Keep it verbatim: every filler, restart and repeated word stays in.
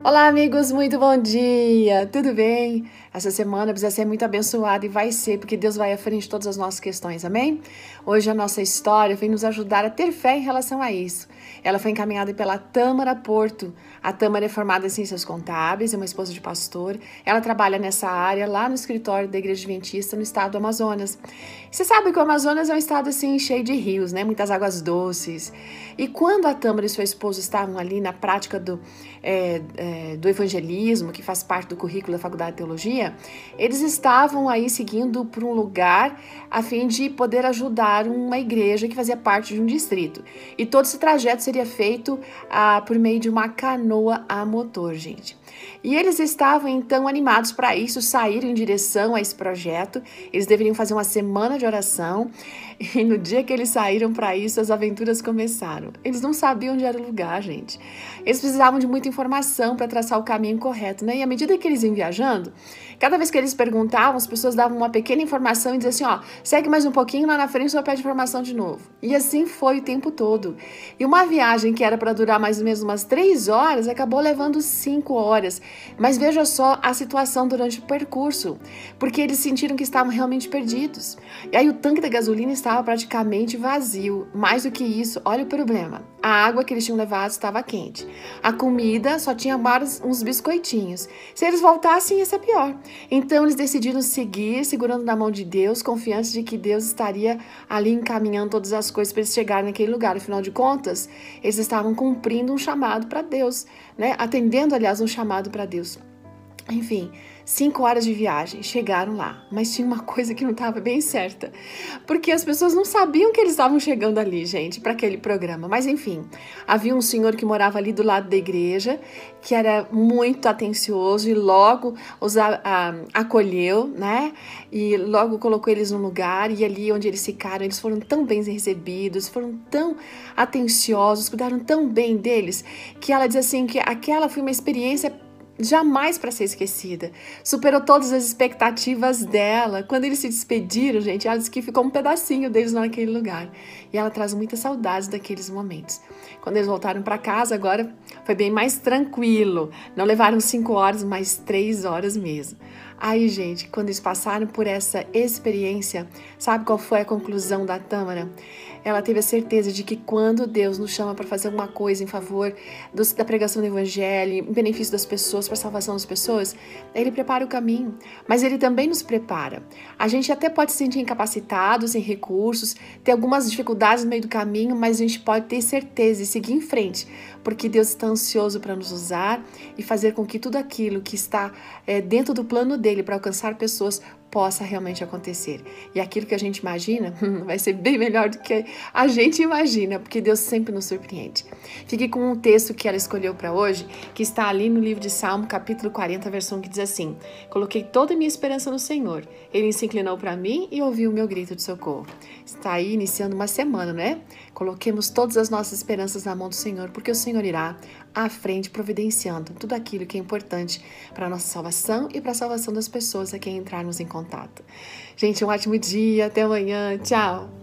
Olá, amigos, muito bom dia! Tudo bem? Essa semana precisa ser muito abençoada e vai ser, porque Deus vai à frente de todas as nossas questões, amém? Hoje a nossa história vem nos ajudar a ter fé em relação a isso. Ela foi encaminhada pela Tâmara Porto. A Tâmara é formada em Ciências Contábeis, é uma esposa de pastor. Ela trabalha nessa área lá no escritório da Igreja Adventista no estado do Amazonas. Você sabe que o Amazonas é um estado assim cheio de rios, né? Muitas águas doces. E quando a Tâmara e seu esposo estavam ali na prática do, é, é, do evangelismo, que faz parte do currículo da Faculdade de Teologia, eles estavam aí seguindo por um lugar a fim de poder ajudar uma igreja que fazia parte de um distrito. E todo esse trajeto seria feito ah, por meio de uma canoa a motor, gente. E eles estavam então animados para isso, saíram em direção a esse projeto. Eles deveriam fazer uma semana de oração. E no dia que eles saíram para isso, as aventuras começaram. Eles não sabiam onde era o lugar, gente. Eles precisavam de muita informação para traçar o caminho correto, né? E à medida que eles iam viajando, cada vez que eles perguntavam, as pessoas davam uma pequena informação e diziam assim, ó, segue mais um pouquinho, lá na frente você pede informação de novo. E assim foi o tempo todo. E uma viagem que era para durar mais ou menos umas três horas, acabou levando cinco horas. Mas veja só a situação durante o percurso, porque eles sentiram que estavam realmente perdidos. E aí o tanque da gasolina estava praticamente vazio. Mais do que isso, olha o problema. A água que eles tinham levado estava quente. A comida só tinha vários, uns biscoitinhos. Se eles voltassem, ia ser pior. Então eles decidiram seguir, segurando na mão de Deus, confiantes de que Deus estaria ali encaminhando todas as coisas para eles chegarem naquele lugar. Afinal de contas, eles estavam cumprindo um chamado para Deus, né? Atendendo, aliás, um chamado para Deus. Enfim, cinco horas de viagem, chegaram lá, mas tinha uma coisa que não estava bem certa, porque as pessoas não sabiam que eles estavam chegando ali, gente, para aquele programa. Mas enfim, havia um senhor que morava ali do lado da igreja, que era muito atencioso e logo os a, a, acolheu, né? E logo colocou eles num lugar, e ali onde eles ficaram, eles foram tão bem recebidos, foram tão atenciosos, cuidaram tão bem deles, que ela diz assim que aquela foi uma experiência jamais para ser esquecida. Superou todas as expectativas dela. Quando eles se despediram, gente, ela disse que ficou um pedacinho deles naquele lugar. E ela traz muitas saudades daqueles momentos. Quando eles voltaram para casa, agora foi bem mais tranquilo. Não levaram cinco horas, mas três horas mesmo. Aí, gente, quando eles passaram por essa experiência, sabe qual foi a conclusão da Tâmara? Ela teve a certeza de que quando Deus nos chama para fazer alguma coisa em favor do, da pregação do evangelho, em benefício das pessoas, para a salvação das pessoas, Ele prepara o caminho, mas Ele também nos prepara. A gente até pode se sentir incapacitado, sem recursos, ter algumas dificuldades no meio do caminho, mas a gente pode ter certeza e seguir em frente, porque Deus está ansioso para nos usar e fazer com que tudo aquilo que está é, dentro do plano dele para alcançar pessoas possa realmente acontecer. E aquilo que a gente imagina vai ser bem melhor do que a gente imagina, porque Deus sempre nos surpreende. Fique com um texto que ela escolheu para hoje, que está ali no livro de Salmo, capítulo quarenta, versão que diz assim: coloquei toda a minha esperança no Senhor. Ele se inclinou para mim e ouviu o meu grito de socorro. Está aí iniciando uma semana, né? Coloquemos todas as nossas esperanças na mão do Senhor, porque o Senhor irá à frente providenciando tudo aquilo que é importante para a nossa salvação e para a salvação das pessoas a quem entrarmos em contato. Gente, um ótimo dia, até amanhã, tchau!